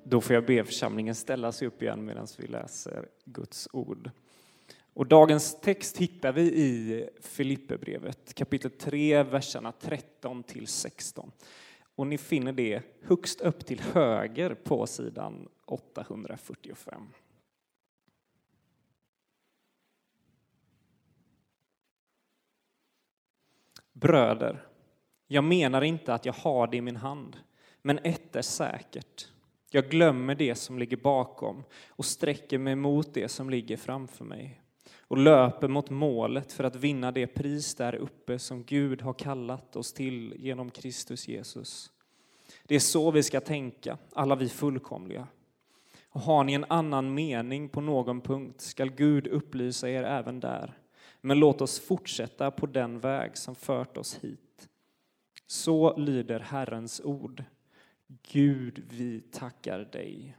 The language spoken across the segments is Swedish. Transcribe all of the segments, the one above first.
Då får jag be församlingen ställa sig upp igen medan vi läser Guds ord. Och dagens text hittar vi i Filipperbrevet, kapitel 3, verserna 13 till 16. Och ni finner det högst upp till höger på sidan 845. Bröder, jag menar inte att jag har det i min hand, men ett är säkert. Jag glömmer det som ligger bakom och sträcker mig mot det som ligger framför mig och löper mot målet för att vinna det pris där uppe som Gud har kallat oss till genom Kristus Jesus. Det är så vi ska tänka, alla vi fullkomliga. Och har ni en annan mening på någon punkt skall Gud upplysa er även där. Men låt oss fortsätta på den väg som fört oss hit. Så lyder Herrens ord. Gud, vi tackar dig.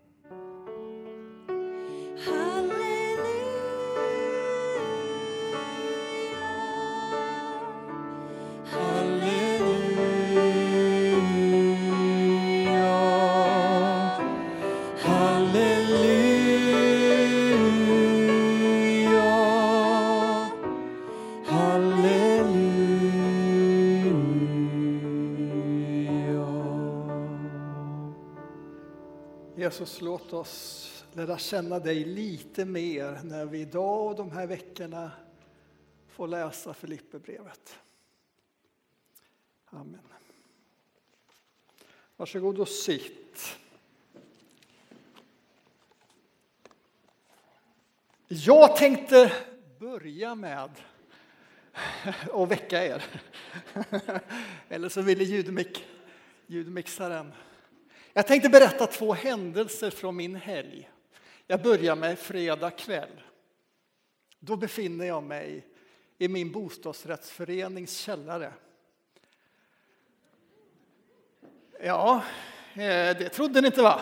Jesus, låt oss lära känna dig lite mer när vi idag och de här veckorna får läsa Filipperbrevet. Amen. Varsågod och sitt. Jag tänkte börja med att väcka er. Eller så ville ljudmixaren. Jag tänkte berätta 2 händelser från min helg. Jag börjar med fredag kväll. Då befinner jag mig i min bostadsrättsförenings källare. Ja, det trodde ni inte, va?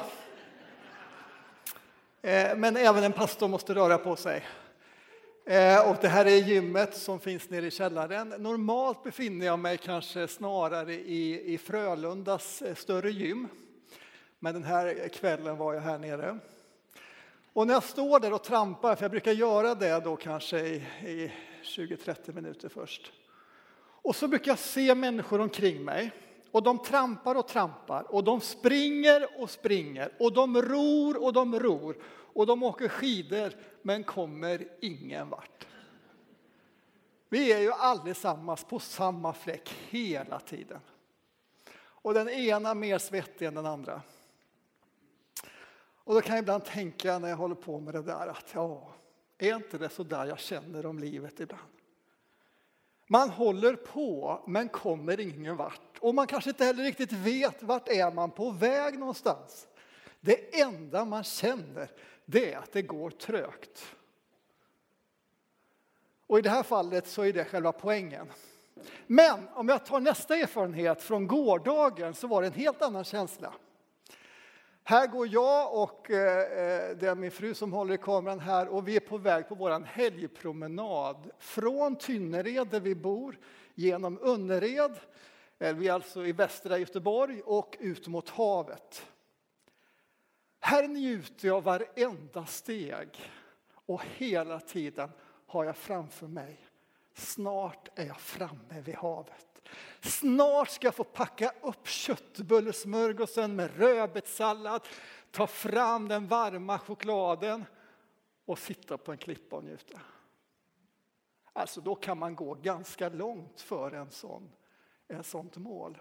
Men även en pastor måste röra på sig. Och det här är gymmet som finns nere i källaren. Normalt befinner jag mig kanske snarare i Frölundas större gym. Men den här kvällen var jag här nere. Och när jag står där och trampar, för jag brukar göra det då kanske i 20-30 minuter först. Och så brukar jag se människor omkring mig. Och de trampar och trampar. Och de springer och springer. Och de ror och de ror. Och de åker skidor men kommer ingen vart. Vi är ju allesammans på samma fläck hela tiden. Och den ena mer svettig än den andra. Och då kan jag ibland tänka när jag håller på med det där att är inte det så där jag känner om livet ibland? Man håller på men kommer ingen vart. Och man kanske inte heller riktigt vet vart är man på väg någonstans. Det enda man känner det är att det går trögt. Och i det här fallet så är det själva poängen. Men om jag tar nästa erfarenhet från gårdagen så var det en helt annan känsla. Här går jag och det är min fru som håller i kameran här och vi är på väg på våran helgpromenad från Tynnered där vi bor genom Önnered, vi är alltså i västra Göteborg och ut mot havet. Här njuter jag varenda steg och hela tiden har jag framför mig. Snart är jag framme vid havet. Snart ska jag få packa upp köttbullesmörgåsen med rödbetssallad, ta fram den varma chokladen och sitta på en klippa och njuta. Alltså då kan man gå ganska långt för en sånt mål.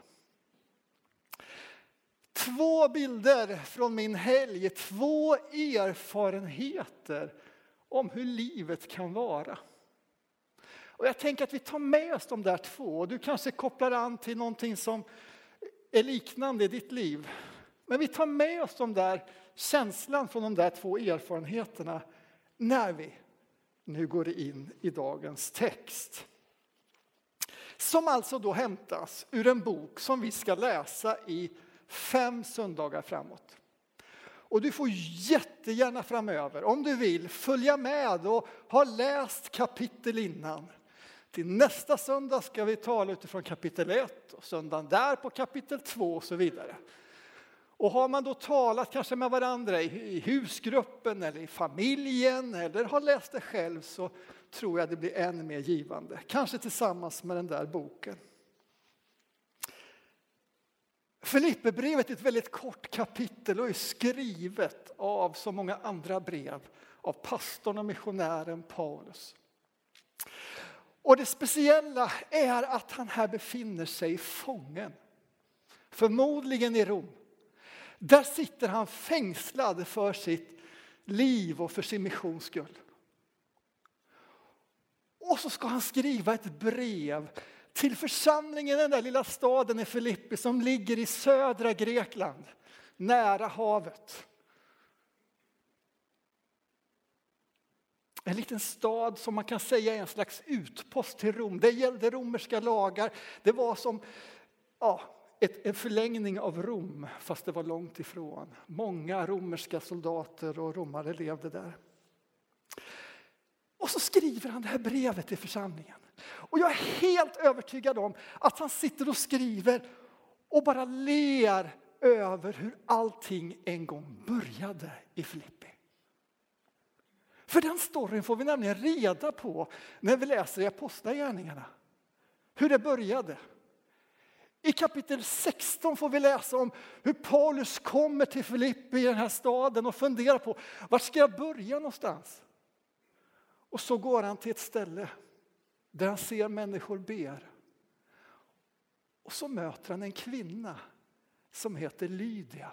2 bilder från min helg, 2 erfarenheter om hur livet kan vara. Och jag tänker att vi tar med oss de där 2. Du kanske kopplar an till någonting som är liknande i ditt liv. Men vi tar med oss de där känslan från de där 2 erfarenheterna när vi nu går in i dagens text. Som alltså då hämtas ur en bok som vi ska läsa i 5 söndagar framåt. Och du får jättegärna framöver, om du vill, följa med och ha läst kapitel innan. Till nästa söndag ska vi tala utifrån kapitel 1 och söndagen där på kapitel 2 och så vidare. Och har man då talat kanske med varandra i husgruppen eller i familjen eller har läst det själv, så tror jag det blir än mer givande. Kanske tillsammans med den där boken. Filipperbrevet är ett väldigt kort kapitel och är skrivet av så många andra brev av pastorn och missionären Paulus. Och det speciella är att han här befinner sig fången. Förmodligen i Rom. Där sitter han fängslad för sitt liv och för sin missions skull. Och så ska han skriva ett brev till församlingen i den där lilla staden i Filippi som ligger i södra Grekland, nära havet. En liten stad som man kan säga är en slags utpost till Rom. Det gällde romerska lagar. Det var som en förlängning av Rom, fast det var långt ifrån. Många romerska soldater och romare levde där. Och så skriver han det här brevet till församlingen. Och jag är helt övertygad om att han sitter och skriver och bara ler över hur allting en gång började i Filippi. För den storyn får vi nämligen reda på när vi läser i Apostlagärningarna. Hur det började. I kapitel 16 får vi läsa om hur Paulus kommer till Filippi i den här staden och funderar på var ska jag börja någonstans. Och så går han till ett ställe där han ser människor ber. Och så möter han en kvinna som heter Lydia.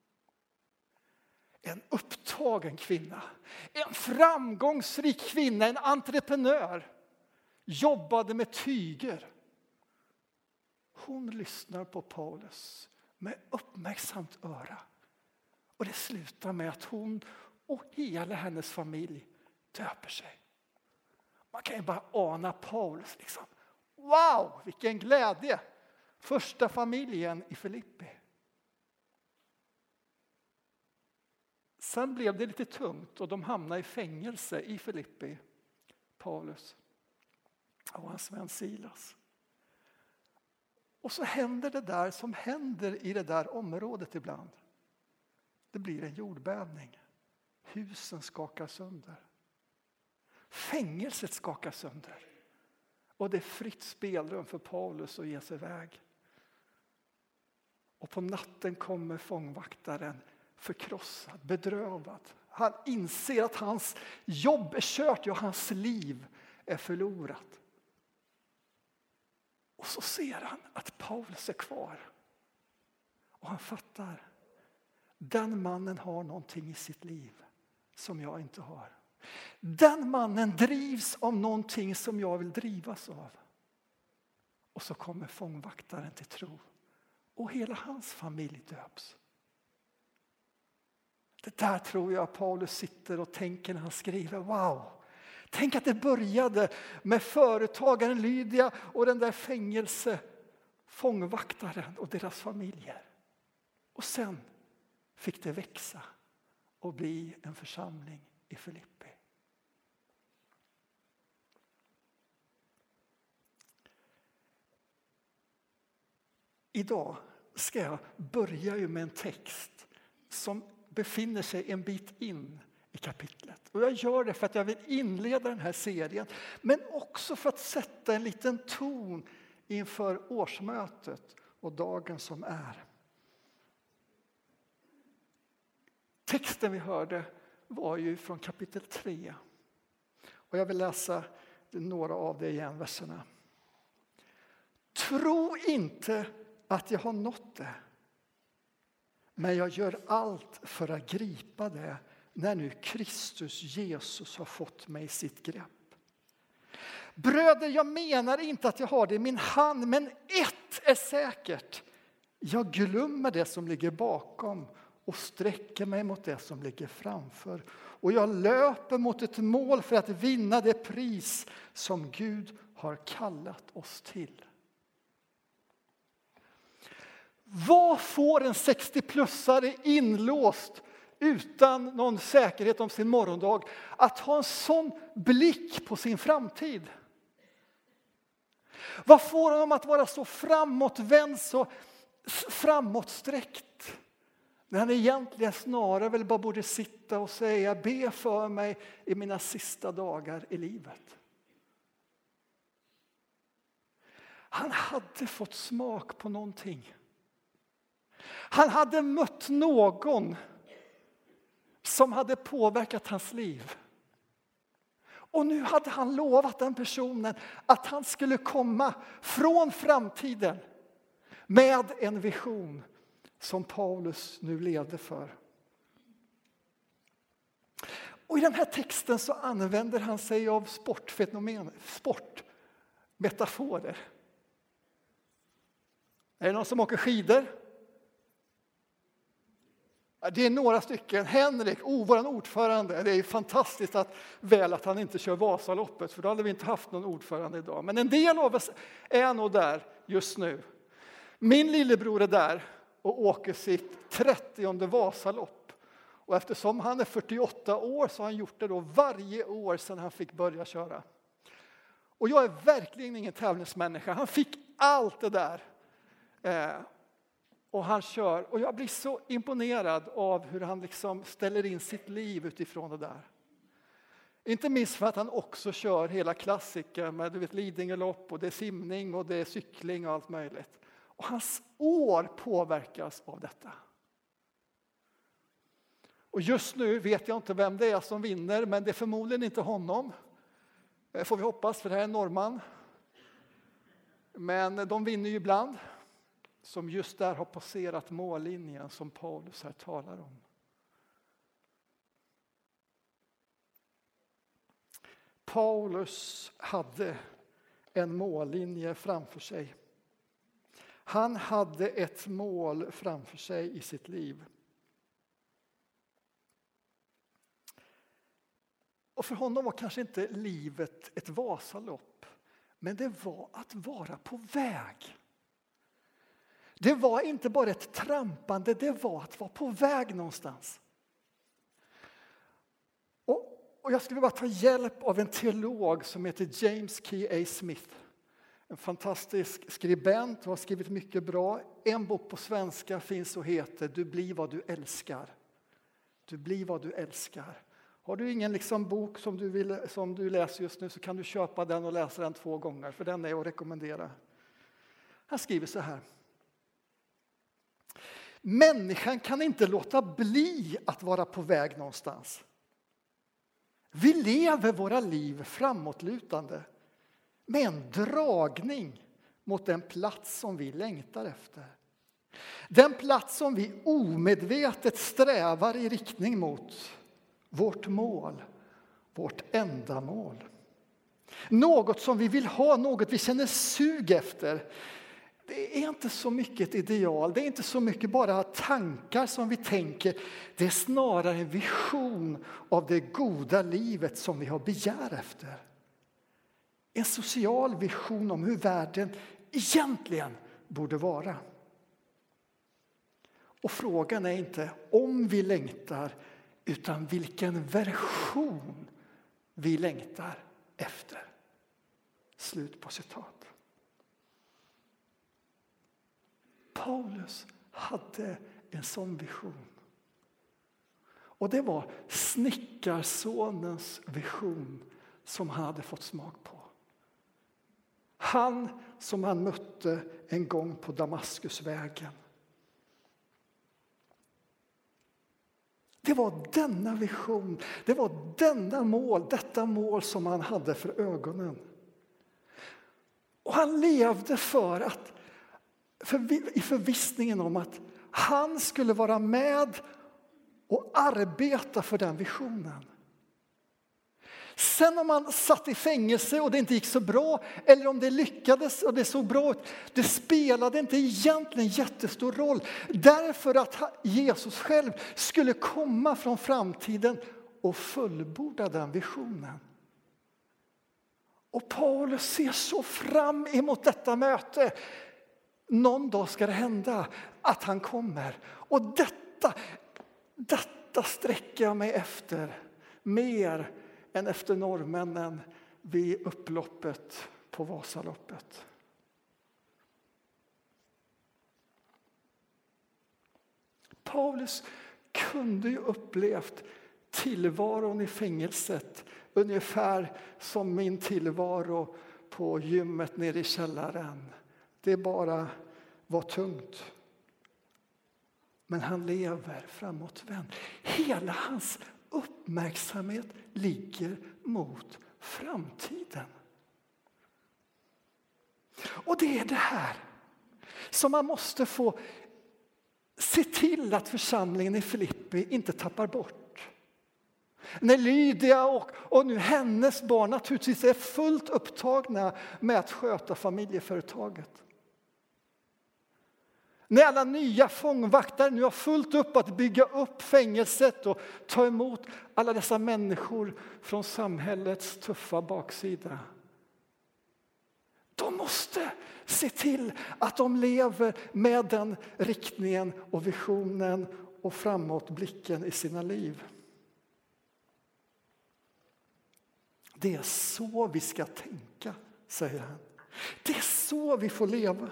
En upptagen kvinna. En framgångsrik kvinna, en entreprenör. Jobbade med tyger. Hon lyssnar på Paulus med uppmärksamt öra. Och det slutar med att hon och hela hennes familj döper sig. Man kan ju bara ana Paulus liksom. Wow, vilken glädje! Första familjen i Filippi. Sen blev det lite tungt och de hamnade i fängelse i Filippi. Paulus och hans vän Silas. Och så händer det där som händer i det där området ibland. Det blir en jordbävning. Husen skakar sönder. Fängelset skakar sönder. Och det är fritt spelrum för Paulus att ge sig iväg. Och på natten kommer fångvaktaren förkrossad, bedrövad. Han inser att hans jobb är kört och hans liv är förlorat. Och så ser han att Paulus är kvar. Och han fattar. Den mannen har någonting i sitt liv som jag inte har. Den mannen drivs av någonting som jag vill drivas av. Och så kommer fångvaktaren till tro. Och hela hans familj döps. Det där tror jag Paulus sitter och tänker när han skriver. Wow! Tänk att det började med företagaren Lydia och den där fångvaktaren och deras familjer. Och sen fick det växa och bli en församling i Filippi. Idag ska jag börja med en text som befinner sig en bit in i kapitlet. Och jag gör det för att jag vill inleda den här serien. Men också för att sätta en liten ton inför årsmötet och dagen som är. Texten vi hörde var ju från kapitel 3. Och jag vill läsa några av det igen, verserna. Tro inte att jag har nått det. Men jag gör allt för att gripa det när nu Kristus Jesus har fått mig i sitt grepp. Bröder, jag menar inte att jag har det i min hand, men ett är säkert. Jag glömmer det som ligger bakom och sträcker mig mot det som ligger framför. Och jag löper mot ett mål för att vinna det pris som Gud har kallat oss till. Vad får en 60-plussare inlåst utan någon säkerhet om sin morgondag att ha en sån blick på sin framtid? Vad får honom att vara så framåtvänd, så framåtsträckt? När han egentligen snarare väl bara borde sitta och säga: be för mig i mina sista dagar i livet. Han hade fått smak på någonting. Han hade mött någon som hade påverkat hans liv. Och nu hade han lovat den personen att han skulle komma från framtiden med en vision som Paulus nu levde för. Och i den här texten så använder han sig av sportmetaforer. Är det någon som åker skidor? Det är några stycken. Henrik, vår ordförande. Det är fantastiskt att han inte kör Vasaloppet, för då hade vi inte haft någon ordförande idag. Men en del av oss är nog där just nu. Min lillebror är där och åker sitt 30:e Vasalopp. Och eftersom han är 48 år så har han gjort det då varje år sedan han fick börja köra. Och jag är verkligen ingen tävlingsmänniska. Han fick allt det där. Och han kör. Och jag blir så imponerad av hur han liksom ställer in sitt liv utifrån det där. Inte minst för att han också kör hela klassiker med Lidingölopp och det är simning och det är cykling och allt möjligt. Och hans år påverkas av detta. Och just nu vet jag inte vem det är som vinner, men det är förmodligen inte honom. Får vi hoppas, för det här är en norrman. Men de vinner ju ibland. Som just där har passerat mållinjen som Paulus här talar om. Paulus hade en mållinje framför sig. Han hade ett mål framför sig i sitt liv. Och för honom var kanske inte livet ett Vasalopp, men det var att vara på väg. Det var inte bara ett trampande, det var att vara på väg någonstans. Och jag skulle bara ta hjälp av en teolog som heter James K.A. Smith. En fantastisk skribent och har skrivit mycket bra. En bok på svenska finns och heter Du blir vad du älskar. Du blir vad du älskar. Har du ingen bok som du läser just nu så kan du köpa den och läsa den 2 gånger. För den är att rekommendera. Han skriver så här. Människan kan inte låta bli att vara på väg någonstans. Vi lever våra liv framåtlutande med en dragning mot den plats som vi längtar efter. Den plats som vi omedvetet strävar i riktning mot. Vårt mål, vårt ändamål. Något som vi vill ha, något vi känner sug efter. Det är inte så mycket ett ideal, det är inte så mycket bara tankar som vi tänker. Det är snarare en vision av det goda livet som vi har begär efter. En social vision om hur världen egentligen borde vara. Och frågan är inte om vi längtar, utan vilken version vi längtar efter. Slut på citat. Paulus hade en sån vision. Och det var snickarsonens vision som han hade fått smak på. Han som han mötte en gång på Damaskusvägen. Det var denna vision, det var detta mål som han hade för ögonen. Och han levde i förvissningen om att han skulle vara med och arbeta för den visionen. Sen om man satt i fängelse och det inte gick så bra, eller om det lyckades och det såg bra ut, det spelade inte egentligen jättestor roll. Därför att Jesus själv skulle komma från framtiden och fullborda den visionen. Och Paulus ser så fram emot detta möte. Någon dag ska det hända att han kommer. Och detta sträcker jag mig efter mer än efter norrmännen vid upploppet på Vasaloppet. Paulus kunde ju upplevt tillvaron i fängelset ungefär som min tillvaro på gymmet nere i källaren. Det bara var tungt. Men han lever framåtvänd. Hela hans uppmärksamhet ligger mot framtiden. Och det är det här som man måste få se till att församlingen i Filippi inte tappar bort. När Lydia och nu hennes barn naturligtvis är fullt upptagna med att sköta familjeföretaget. När alla nya fångvaktare nu har fullt upp att bygga upp fängelset och ta emot alla dessa människor från samhällets tuffa baksida. De måste se till att de lever med den riktningen och visionen och framåtblicken i sina liv. Det är så vi ska tänka, säger han. Det är så vi får leva.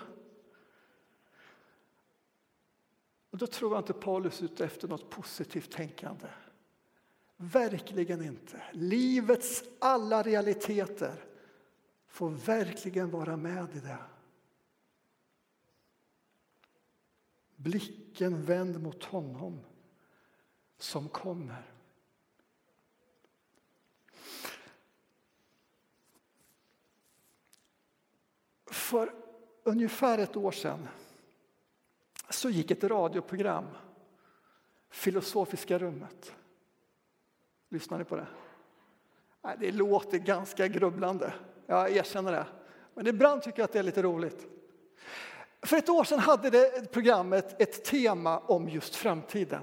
Och då tror jag inte Paulus ute efter något positivt tänkande. Verkligen inte. Livets alla realiteter får verkligen vara med i det. Blicken vänd mot honom som kommer. För ungefär ett år sedan så gick ett radioprogram, Filosofiska rummet. Lyssnar ni på det? Nej, det låter ganska grubblande, jag erkänner det. Men ibland tycker jag att det är lite roligt. För ett år sedan hade det programmet ett tema om just framtiden.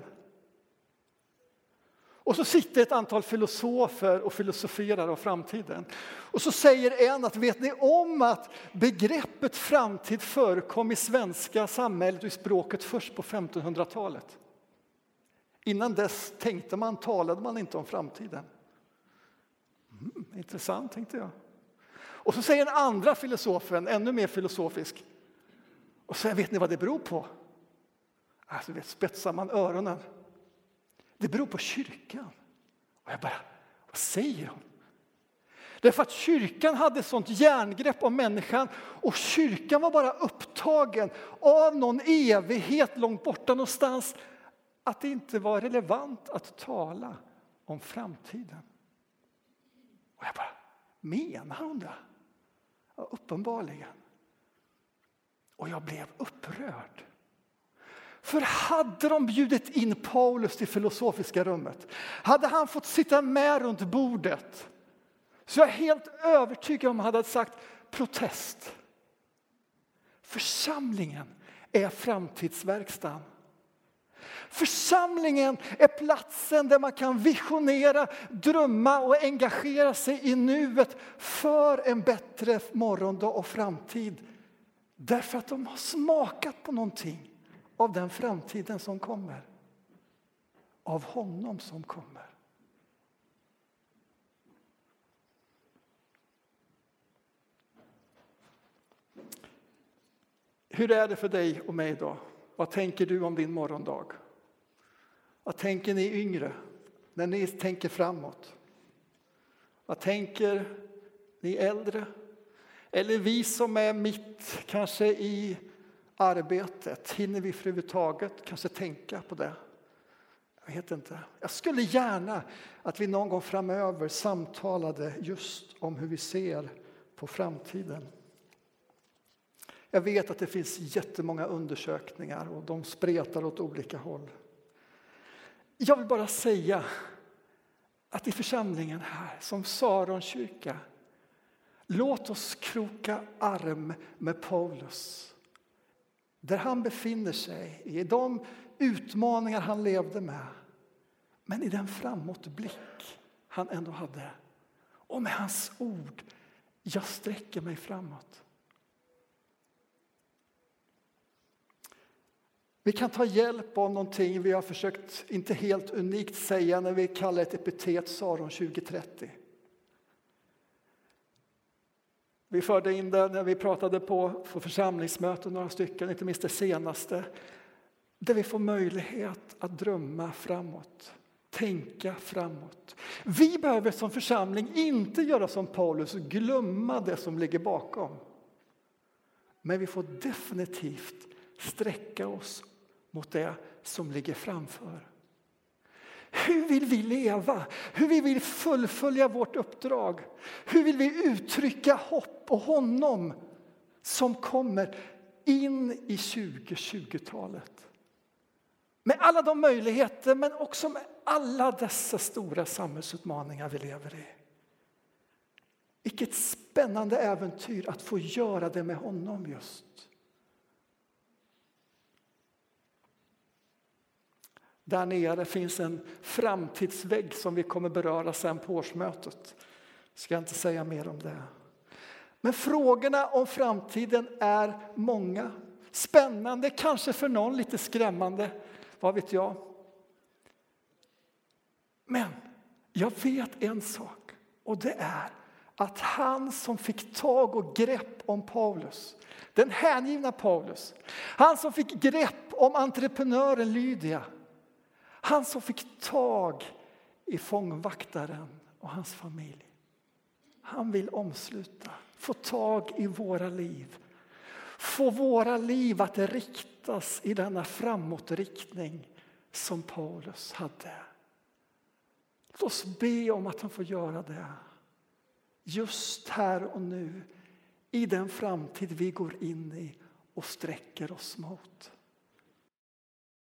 Och så sitter ett antal filosofer och filosoferar om framtiden. Och så säger en att vet ni om att begreppet framtid förekom i svenska samhället och i språket först på 1500-talet. Innan dess talade man inte om framtiden. Intressant, tänkte jag. Och så säger den andra filosofen, ännu mer filosofisk. Och så vet ni vad det beror på? Alltså spetsar man öronen. Det beror på kyrkan. Och jag bara, vad säger hon? Därför att kyrkan hade sånt järngrepp om människan. Och kyrkan var bara upptagen av någon evighet långt borta någonstans. Att det inte var relevant att tala om framtiden. Och jag bara, menar hon det? Ja, uppenbarligen. Och jag blev upprörd. För hade de bjudit in Paulus till filosofiska rummet, hade han fått sitta med runt bordet, så jag är helt övertygad om att han hade sagt protest. Församlingen är framtidsverkstan. Församlingen är platsen där man kan visionera, drömma och engagera sig i nuet för en bättre morgondag och framtid. Därför att de har smakat på någonting av den framtiden som kommer. Av honom som kommer. Hur är det för dig och mig då? Vad tänker du om din morgondag? Vad tänker ni yngre när ni tänker framåt? Vad tänker ni äldre? Eller vi som är mitt kanske i arbetet, hinner vi för överhuvudtaget kanske tänka på det? Jag vet inte. Jag skulle gärna att vi någon gång framöver samtalade just om hur vi ser på framtiden. Jag vet att det finns jättemånga undersökningar och de spretar åt olika håll. Jag vill bara säga att i församlingen här, som Saron kyrka, låt oss kroka arm med Paulus. Där han befinner sig, i de utmaningar han levde med. Men i den framåtblick han ändå hade. Och med hans ord, jag sträcker mig framåt. Vi kan ta hjälp av någonting vi har försökt inte helt unikt säga när vi kallar ett epitet Saron 2030. Vi förde in det när vi pratade på församlingsmöten, några stycken, inte minst det senaste. Där vi får möjlighet att drömma framåt, tänka framåt. Vi behöver som församling inte göra som Paulus och glömma det som ligger bakom. Men vi får definitivt sträcka oss mot det som ligger framför. Hur vill vi leva? Hur vill vi fullfölja vårt uppdrag? Hur vill vi uttrycka hopp på honom som kommer in i 2020-talet? Med alla de möjligheter men också med alla dessa stora samhällsutmaningar vi lever i. Vilket spännande äventyr att få göra det med honom just. Där nere finns en framtidsvägg som vi kommer beröra sen på årsmötet. Ska jag inte säga mer om det. Men frågorna om framtiden är många. Spännande, kanske för någon lite skrämmande. Vad vet jag? Men jag vet en sak. Och det är att han som fick tag och grepp om Paulus. Den hängivna Paulus. Han som fick grepp om entreprenören Lydia. Han som fick tag i fångvaktaren och hans familj. Han vill omsluta, få tag i våra liv. Få våra liv att riktas i denna framåtriktning som Paulus hade. Låt oss be om att han får göra det. Just här och nu. I den framtid vi går in i och sträcker oss mot.